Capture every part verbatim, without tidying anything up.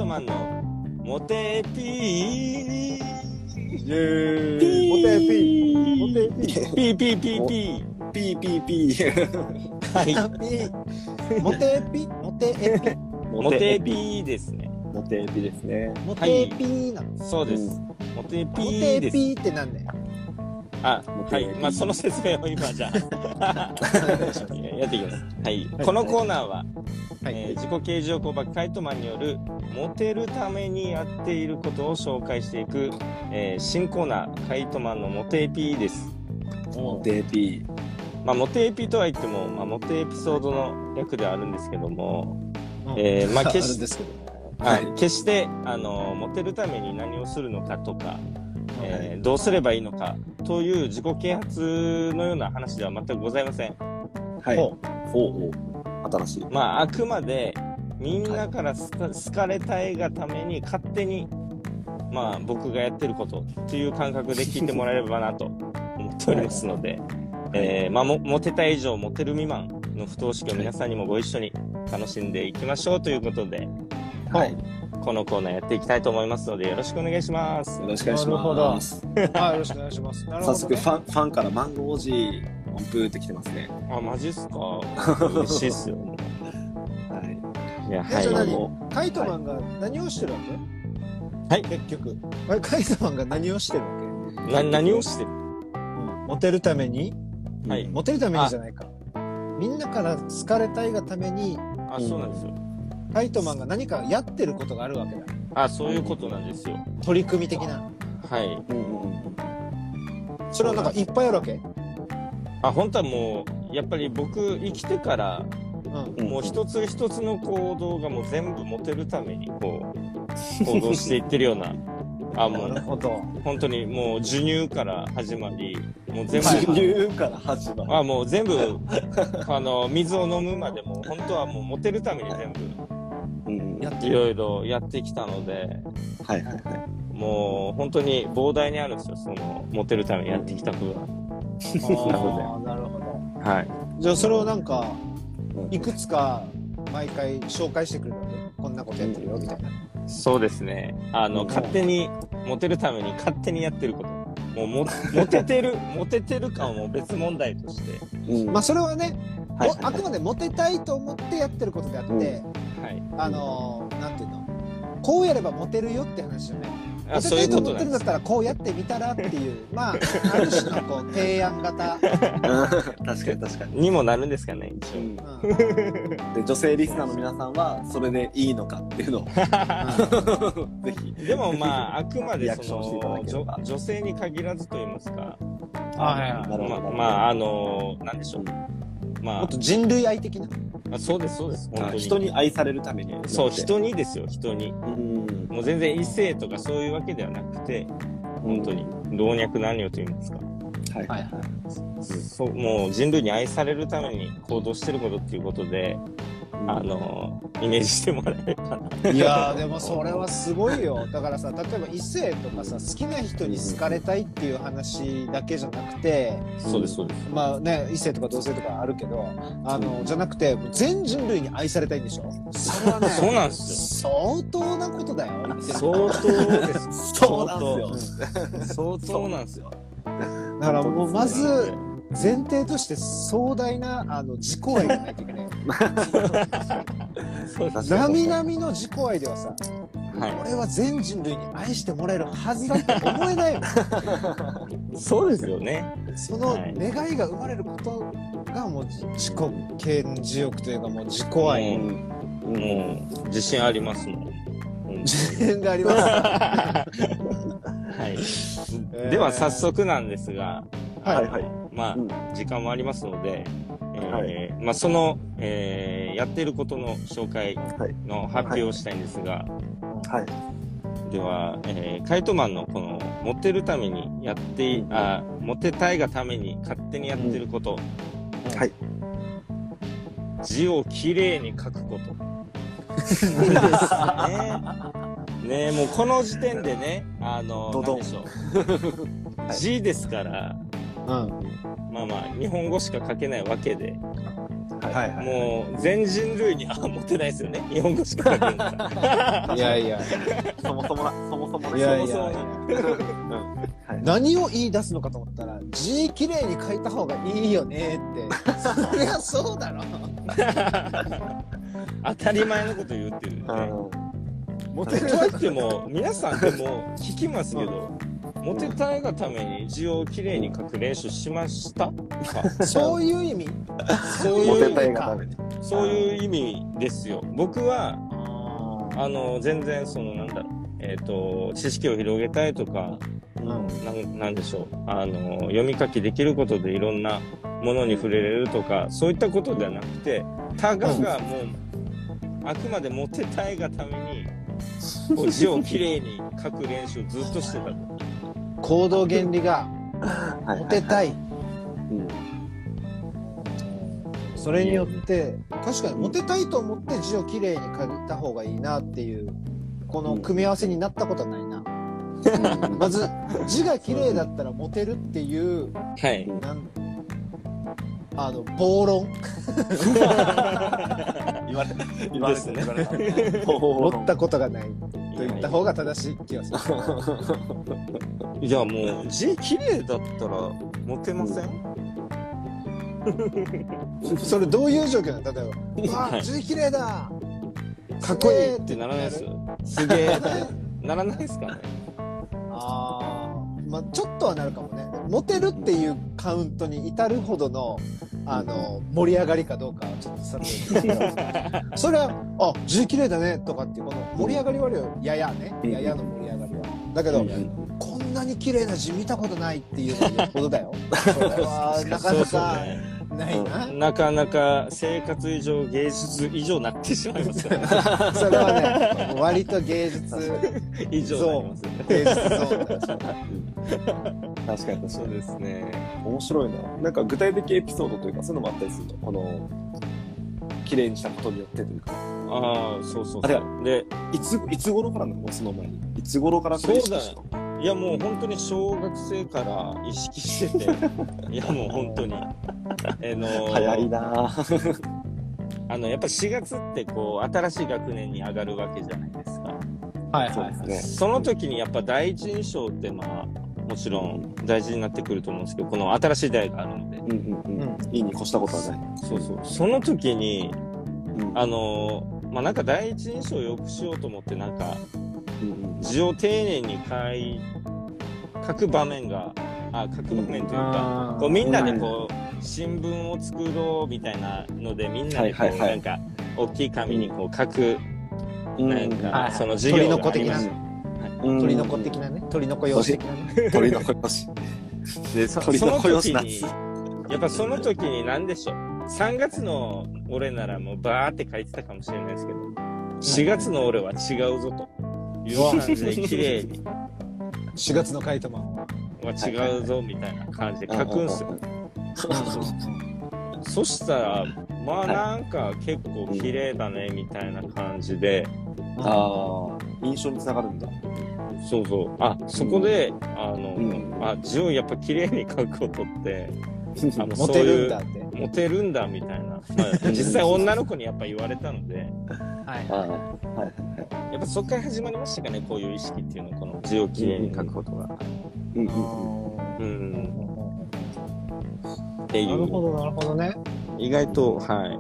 マンのモテピーイエーイ。モテピーモテピーピーピーピーピーピーピーピーはいモテピモテエピモテピーですね。 モテエピですね。 モテピーなの。 そうです、モテピモーです。 テピーってなんだよ。 あ、はい、 モテピーまあその説明を今じゃあやっていきます。はい、 はいこのコーナーは、 はいえー自己啓示欲をバックカイトマンによるモテるためにやっていることを紹介していく、えー新コーナーカイトマンのモテエピです。 モテエピ。 まあモテエピとは言っても、まあ、モテエピソードの略ではあるんですけども、 うんえーまあ決しあるんですけど。 はい、決してあのモテるために何をするのかとか、えーどうすればいいのかという自己啓発のような話では全くございません。 はい。 ほおうおう。新しい。 まああくまでみんなから好か好かれたいがために勝手にまあ僕がやってることっていう感覚で聞いてもらえればなと思っておりますので、えーまあもモテたい以上モテる未満の不等式を皆さんにもご一緒に楽しんでいきましょうということで、 はい。 このコーナーやっていきたいと思いますのでよろしくお願いします。 よろしくお願いしなるほどます。 はい、よろしくお願いします。なるほどね。 早速ファンファンからマンゴーおじい音符ってきてますね。 あ、マジっすか。嬉しいっすよ。 はいや、 えじゃあはい。 何カイトマンが何をしてるわけ？ はい結局。あれカイトマンが何をしてるわけ？ な、何をしてる？ モテるために？ はい。 モテるためにじゃないか。みんなから好かれたいがために、 あ、そうなんですよ。 カイトマンが何かやってることがあるわけだ。 あ、そういうことなんですよ。 取り組み的な。 はい。 うんうんうん。 それはなんかいっぱいあるわけ？ あ、本当はもう、やっぱり僕、生きてから、 うん。 もう一つ一つの行動がもう全部モテるために、こう、行動していってるような、あ、もう、 なるほど。 本当にもう授乳から始まり、もう全部、 はい授乳から始まる。 あ、もう全部、あの、水を飲むまでも、本当はもうモテるために全部、 うんうん。 やっていろいろやってきたので、 はいはいはい。 もう本当に膨大にあるんですよ、そのモテるためにやってきた分は。 ああ、なるほど。 はい。 じゃあそれをなんかうんいくつか毎回紹介してくれるわけ？こんなことやってるよみたいな。 そうですね。あの、 うん勝手に、モテるために勝手にやってること。もうも、モテてる、モテてるかはもう別問題として。 うん。 まあそれはね、 はいもあくまでモテたいと思ってやってることであって、 うんはい。 あのー、なんていうの、こうやればモテるよって話じゃない。 あ、 モテそういうたいと思ってことなんです。 るんだったらこうやってみたらっていう、まあある種のこう提案型。 確かに確かに。 にもなるんですかね、一応。 うんで女性リスナーの皆さんはそれでいいのかっていうのをぜひ。 でもまあ、あくまでリアクションしていただければ女女性に限らずと言いますか。 はいはいなるほどまあ、まあ、あの、なんでしょう。まもっと人類愛的な。 あ、あそうです、そうです。本当に。 人に愛されるために。 そう、人にですよ、人に。 うん。 もう全然異性とかそういうわけではなくて、本当に老若男女と言いますか。 はいはいはい。 そう、もう人類に愛されるために行動してることっていうことで、あの、イメージしてもらえればな。 いやーでもそれはすごいよ。だからさ、例えば異性とかさ、好きな人に好かれたいっていう話だけじゃなくて、 そうです、そうです。 まあね、異性とか同性とかあるけど、あの、じゃなくて、全人類に愛されたいんでしょ？それはね、 そうなんです相当なことだよ。言ってる相当です。 そうなんですよ。 相当なんですよ。 だからもうまず前提として壮大なあの自己愛がないといけない。 そうです。 並々の自己愛ではさ、 は俺は全人類に愛してもらえるはずだって思えないもん。 い。そうですよね。 その願いが生まれることがもう自己顕示欲というかもう自己愛。 もう、もう自信ありますもん。 自信があります。 はい。では早速なんですが、 はいはい。 まあ、 うん時間もありますので、えーはいまあ、その、えーやっていることの紹介はい。 の発表をしたいんですが、 はい。 では、えーカイトマンのこの、モテるためにやって、あ、モテたいがために勝手にやってること、 はい。 字をきれいに書くこと。ですね。ねえ、もうこの時点でね、あの、 ドドンなんでしょう。字ですから、 うん。 まあまあ、日本語しか書けないわけで、 ははいはい。 もう全人類にあモテないですよね。日本語しか書けないから。 いやいや。 そもそもな、そもそもね。 いやいやいそもや。 うんはい何を言い出すのかと思ったら字綺麗に書いた方がいいよねってそりゃそうだろ当たり前のこと言うっていうね。 モテるとはいっても皆さんでも聞きますけど、モテたいがために字をきれいに書く練習しましたか？ そういう意味そうモテたいういがために。 そういう意味ですよ。僕はあの全然そのなんだろう、えっと知識を広げたいとか、なんなんでしょう、あの読み書きできることでいろんなものに触れれるとか、そういったことではなくて、たかがもうあくまでモテたいがためにこう字をきれいに書く練習をずっとしてたと。 行動原理がモテたい、 うんそれによって確かにモテたいと思って字をきれいに書いた方がいいなっていうこの組み合わせになったことはないな。まず字が綺麗だったらモテるっていうはいなんあの暴論言われ言われですね言われた。 持ったことがないと言った方が正しい気がする。 いやもう字綺麗だったらモテません？ それどういう状況なの？例えば、 はいあ、字綺麗だ、 かっこいいってならないです？すげえってならないですかね？ あー、まあちょっとはなるかもね。モテるっていうカウントに至るほどのあの盛り上がりかどうかはちょっとさておきそれはあ字綺麗だねとかっていうこの盛り上がりはややね、ややの盛り上がりはだけど、こんなに綺麗な字見たことないっていうのはよっぽどだよ。それはなかなかないな。 なかなか生活以上芸術以上になってしまいますよね。 それはね割と芸術以上になりますよね。 芸術ゾーンだし確かに確かに。 そうですね。 面白いな。なんか具体的エピソードというかそういうのもあったりするの。この綺麗にしたことによってというか。 ああそうそうあれそう。でいついつ頃からなの？その前に。いつ頃からそれ意識したの？ いやもう本当に小学生から意識してていやもう本当にあのー、 早いなあのやっぱしがつってこう新しい学年に上がるわけじゃないですか。 はいそうですね。 その時にやっぱ第一印象ってまあもちろん大事になってくると思うんですけど、この新しい出会いがあるので、 うんうんうん。いいに越したことはない。 そうそうその時にうんあのー、まあなんか第一印象を良くしようと思ってなんかうんうん字を丁寧に書い書く場面があ書く場面というか、こうみんなでこう新聞を作ろうみたいなのでみんなでこはいはいはいうなんか大きい紙にこう書くうんなんはいはいかその授業がありまし鳥の子的うん鳥の子的なね鳥の子用紙的なね。 鳥の子よし。 でそ鳥そのの子用紙時にやっぱその時に何でしょう、さんがつの俺ならもうバーって書いてたかもしれないですけど、しがつの俺は違うぞという感じで綺麗にしがつのカイトマンは。 は違うぞみたいな感じで書くんすよ。そしたらまあなんか結構綺麗だねみたいな感じで、 ああ、印象につながるんだ。 そうそうあそこで、あの、 うんあ字をやっぱ綺麗に書くことってあのモテるんだそって。 ういうモテるんだみたいな、まあ、実際女の子にやっぱ言われたのではいああ、はいはい。 やっぱそこから始まりましたかね、こういう意識っていうの、この字を綺麗に書くことが。 うんうんうんっていうなるほどなるほどね。 意外と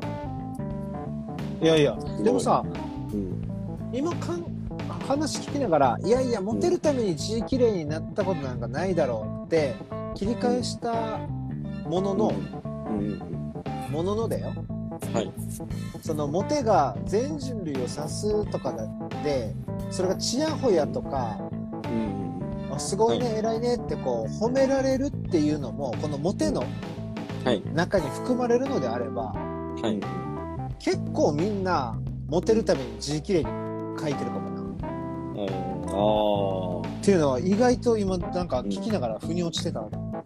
はいやいやでもさうん今かん話聞きながらいやいやモテるために字きれいになったことなんかないだろうって切り返したものの、 うんうんもののだよ。 はいそのモテが全人類を指すとかだってそれがチヤホヤとかうんあすごいね、偉いねってこう褒められるっていうのもこのモテのはい中に含まれるのであれば、 はい結構みんなモテるために字きれいに書いてるかもなああ。 っていうのは意外と今なんか聞きながら腑に落ちてた、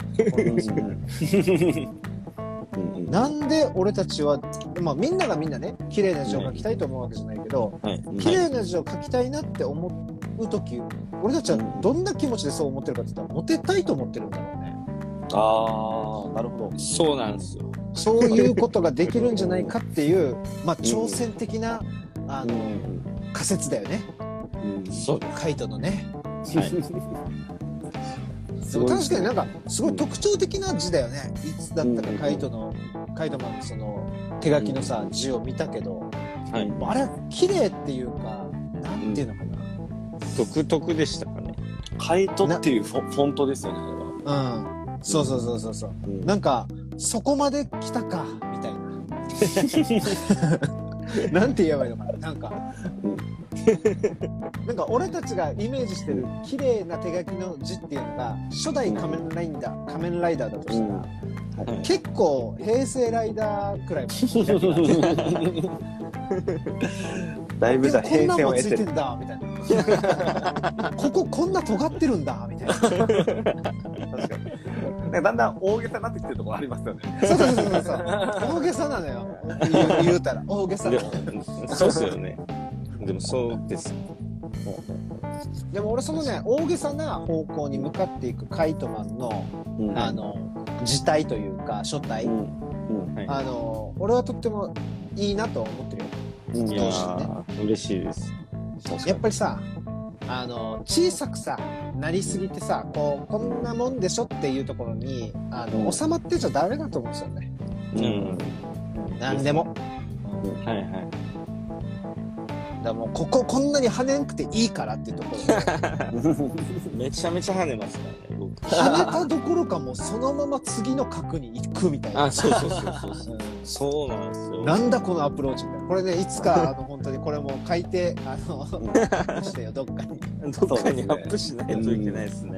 なんで俺たちは、まあ、みんながみんなね綺麗な字を書きたいと思うわけじゃないけど、 はい綺麗な字を書きたいなって思う時俺たちはどんな気持ちでそう思ってるかって言ったらモテたいと思ってるんだろうね。 ああ、なるほど。 そうなんですよ。 そういうことができるんじゃないかっていう、まあ、挑戦的な、あの、仮説だよね。 うん、 そうです。 カイトのね。 はい。 でも確かになんかすごい特徴的な字だよね。いつだったかカイトの、カイトマンのその手書きのさ、字を見たけど、 はい。 あれは綺麗っていうか、なんていうのかな。 独特でしたかね。 カイトっていうフォフォントですよね、あれは。 うん。そうそうそうそうそう。 うんなんか、そこまで来たか、みたいな。なんて言えばいいのかな。なんか、なんか俺たちがイメージしてる綺麗な手書きの字っていうのが、初代仮面ライダー、仮面ライダーだとしたら、 はい結構平成ライダーくらいもだいぶじゃあこんなん変遷を得てる。 もついてんだみたいなこここんな尖ってるんだみたいな確かに。なんかだんだん大げさになってきてるところありますよね。 そうそうそうそうそう大げさなのよ言う、言うたら大げさなでそうっすよね。でもそうです。 でも俺そのね大げさな方向に向かっていくカイトマンの、 うん、 あの字体というか書体、 うんうんはい、 あの俺はとってもいいなと思ってるよ。 うん、 いやー、嬉しいです。 やっぱりさあの小さくさなりすぎてさこうこんなもんでしょっていうところにあの、 うん収まってちゃダメだと思うんですよね。 うん。 何でも。 はいはい。 だからもうこここんなに跳ねんくていいからっていうところでめちゃめちゃ跳ねますからね、僕。 跳ねたどころかもうそのまま次の角に行くみたいな。 あ、そうそうそうそうそう。 うんそうなんですよ。 なんだこのアプローチみたいな。これねいつかあの本当にこれも書いてあのしてよどっかに。 どっかにアップしないといけないですね。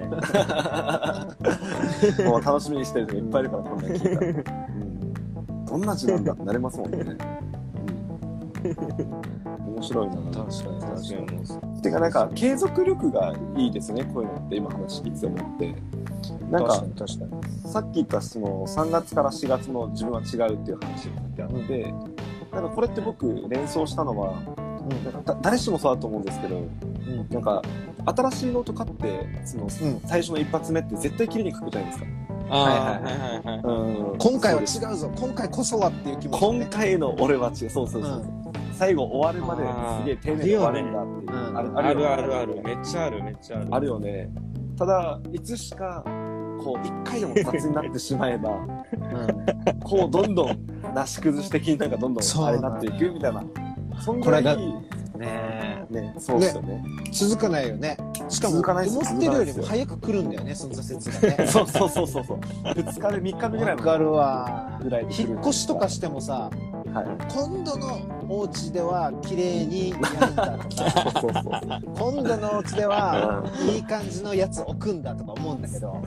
もう楽しみにしてる人がいっぱいいるから、こんな聞いたら。うん、どんな字なんだってなれますもんね。うん、面白いな。 確かに確かに。 てかなんか継続力がいいですね、こういうのって今話聞いて思って。なんか確かに確かに。 さっき言ったそのさんがつからしがつの自分は違うっていう話があって、なんかこれって僕連想したのは、なんかだ誰しもそうだと思うんですけど、 うんなんか新しいノート買ってその、 うん最初の一発目って絶対綺麗に書くじゃないですか。 ああ、はいはいはいはい。 うん、 今回は違そうですうぞ今回こそはっていう気持ち、ね、 今回の俺は違う。そうそうそう。 うん最後終わるまですげえ丁寧に終わるんだっていう。 あーあるあるよねあるある。めっちゃあるめっちゃある。 あるよね。ただ、いつしか、こう、一回でも雑になってしまえば、こう、どんどん、なし崩し的になんかどんどんあれになっていくみたいな。そんぐらい、 これがねねね、そうですよね。 続かないよね。しかも続かないっす思ってるよりも早く来るんだよねその挫折がね。 そうそうそうそうそう。ふつかめ、みっかめぐらいのわかるわ。 ぐらいで来る引っ越しとかしてもさはい。 今度のお家では綺麗にやんだとかそうそうそう。 今度のお家ではいい感じのやつ置くんだとか思うんだけど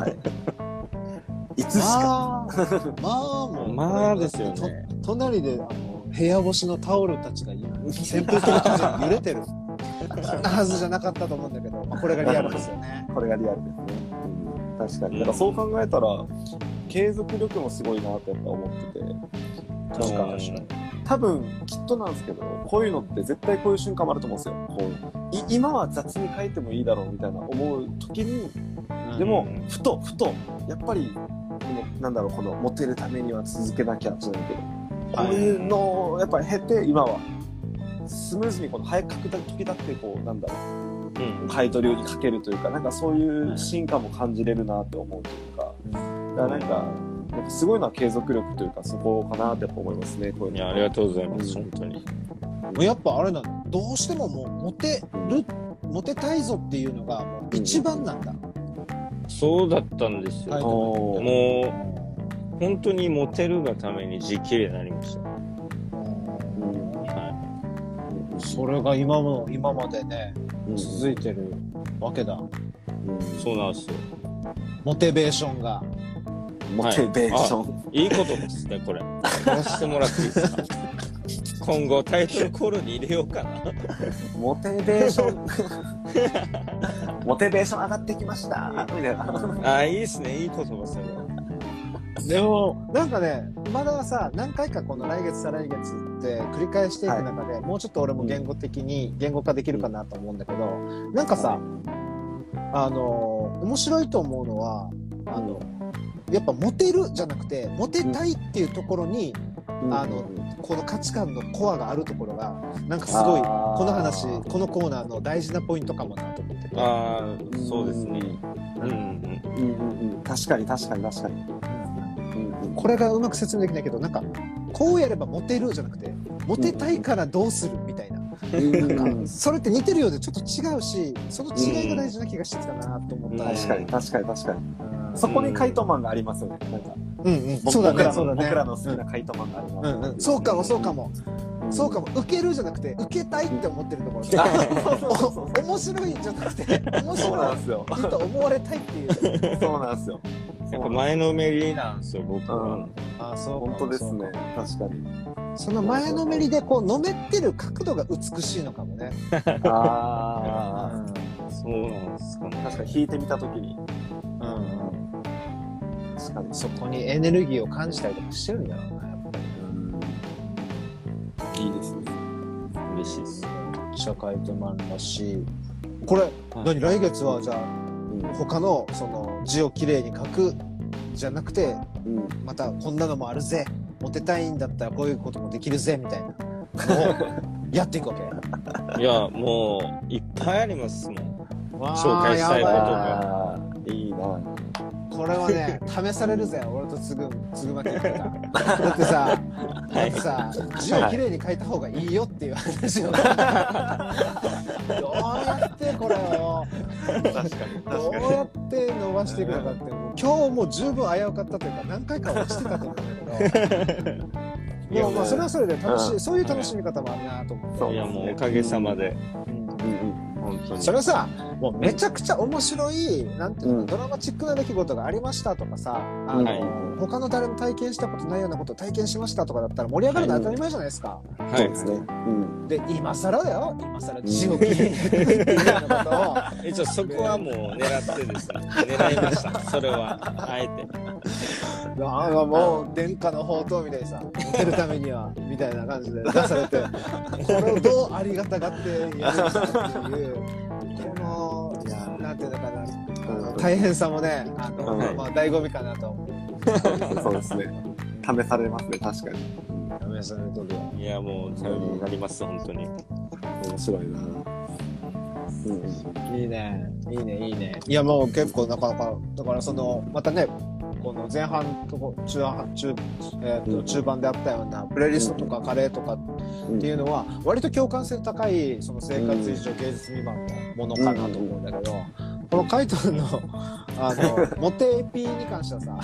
はい。いつしか。 まあまあもうまあですよね。 と隣であの部屋干しのタオルたちが今扇風機の風に揺れてるそんなはずじゃなかったと思うんだけど、まあ、これがリアルですよね。 これがリアルですね。うん、確かに。だからそう考えたら、継続力もすごいなってやっぱ思ってて。なんか、多分、きっとなんですけど、こういうのって絶対こういう瞬間もあると思うんですよ。こうい今は雑に書いてもいいだろうみたいな思う時に、でも、ふと、ふと、やっぱり、このなんだろう、この、モテるためには続けなきゃじゃないけど、こういうのをやっぱり経て、今は、スムーズにこの早く書く時だって、こう、なんだろう、 うん。 カイト流に書けるというか、なんかそういう進化も感じれるなって思うというか、だからなんか、やっぱすごいのは継続力というか、そこかなってやっぱ思いますね、こういうの。 いや、ありがとうございます、本当に。 もうやっぱあれなのどうしてももうモテるモテたいぞっていうのがもう一番なんだ。 そうだったんですよ。 はいおーもう、本当にモテるがために字綺麗になりました。はそれが今も今までねうん続いてるわけだ。 い。そうなんですよ。 モテベーションが。 モテベーション。 いいことですね、これ。やらせてもらっていいですか。今後タイトルコールに入れようかな。 モテベーション。モテベーション上がってきました。みたいな。 あ、いいですね、いい言葉それは。 でもなんかねまださ何回かこの来月再来月って繰り返していく中で、はい、もうちょっと俺も言語的に言語化できるかなと思うんだけど、うん、なんかさ、はい、あの面白いと思うのはあのやっぱモテるじゃなくてモテたいっていうところに、 うん、 あのこの価値観のコアがあるところがなんかすごいあーこの話このコーナーの大事なポイントかもなと思ってて、 ああ、そうですね。うんうんうんうんうん、確かに確かに確かに、うんうん、 これがうまく説明できないけどなんかこうやればモテるじゃなくてモテたいからどうするみたいな、 うんなんかそれって似てるようでちょっと違うしその違いが大事な気がしてきたなと思った、 うん確かに確かに確かに、 うんそこに回答マンがありますよね。なんかうんうん僕そうだ僕らのねそうだね僕らの好きな回答マンがあります、 うんうん、そうかもそうかも、 うんそうかも受けるじゃなくて受けたいって思ってるところあそうそうそうそうお面白いじゃなくて面そうな白んですよ。 いと思われたいっていうそうなんですよ。 やっぱ前のめりなんですよ、僕は。 うん、 あそう本当ですね。確かに。 その前のめりでこうのめってる角度が美しいのかもね、 ああ、 そうなんですかね。 確かに弾いてみたときに、 うんうん、 確かに。 そこにエネルギーを感じたりとかしてるんだろうなやっぱり。 いいですね。 嬉しいです。 社会とマンらしいこれ、 はい何来月はじゃあうん他のその字をきれいに書くじゃなくてうん、 またこんなのもあるぜモテたいんだったらこういうこともできるぜみたいなのをやっていくわけいや、もう、いっぱいありますもん。 わあ紹介したいことやばがあーいいな。 いこれはね試されるぜ俺とつぐつぐまきがだってさだってさ字をきれいに書いた方がいいよっていう話をどうやってこれを確かにどうやって伸ばしていくのかってもう今日もう十分危うかったというか何回か落ちてたと思うんだけどでもまあそれはそれで楽しい、 うんそういう楽しみ方もあるなと思ってそういや、もうおかげさまで、 うんうん本当に。 それはさもうめちゃくちゃ面白いなんていうの、 うんドラマチックな出来事がありましたとかさあの、 はい他の誰も体験したことないようなことを体験しましたとかだったら盛り上がるのは当たり前じゃないですか、 うん、 はいそうですね。うん。 で今更だよ今更字をきれいに書くっていうようなことを一応そこはもう狙ってですね、狙いました。それは、あえて。 なんかもう殿下の宝刀みたいにさモテるためにはみたいな感じで出されてこれをどうありがたがってやるのかっていうこのなんていうのかなあの大変さもねあの、 うんまあ醍醐味かなと思う。 そうですね。試されますね、確かに。 試されとるよいや、もう頼りになります、本当に。 面白いな。うん。 いいねいいねいいねいやもう結構なかなかだからそのまたねこの前半とこ中半中,、えーとうん中盤であったようなプレイリストとかカレーとかっていうのは割と共感性高いその生活以上芸術未満のものかなと思うんだけど、このカイトのあのモテエピに関してはさ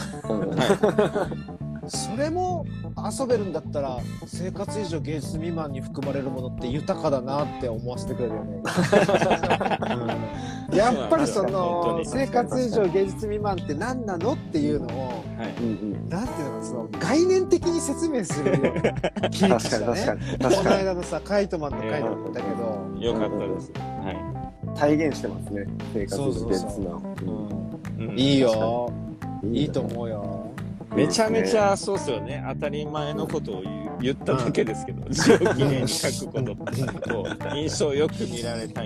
それも遊べるんだったら生活以上芸術未満に含まれるものって豊かだなって思わせてくれるよね、うん、やっぱりそ本当のに生活以上芸術未満って何なのっていうのをはい。 うんうん。 なんていうのかその概念的に説明するような切り口だ確かに確かねに。 この確かに。 間のさカイトマンの回だったけど、 よかったです。は体現してますね。生活の現実そうの。 うんい。うんいいようんいいと思うよめちゃめちゃそうっすよね。当たり前のことを言う言っただけですけど、字をきれいに書くことを印象よく見られたい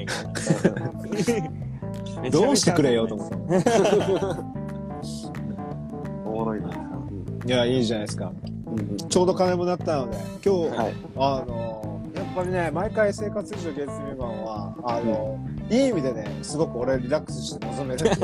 から。 どうしてくれよと思ったおもろいな。 いやいいじゃないですかうんうん。 ちょうど金もなったので今日、 はい。 あのやっぱりね毎回生活以上芸術未満はあの、いい意味でねすごく俺リラックスして臨めるんで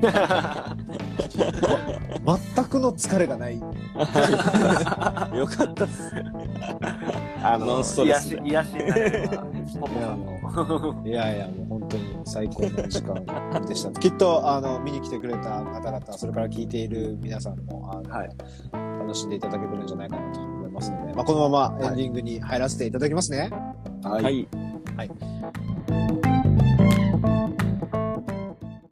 全くの疲れがないよかったっす。 あノンストレスで癒し、癒しになれば、ポポさんの。 いやいやもう本当に最高の時間でしたきっとあの見に来てくれた方々それから聞いている皆さんもあの、 はい。 楽しんでいただけてるんじゃないかなと思いますので、まあ、このままエンディングに入らせていただきますね。 は。 はいい。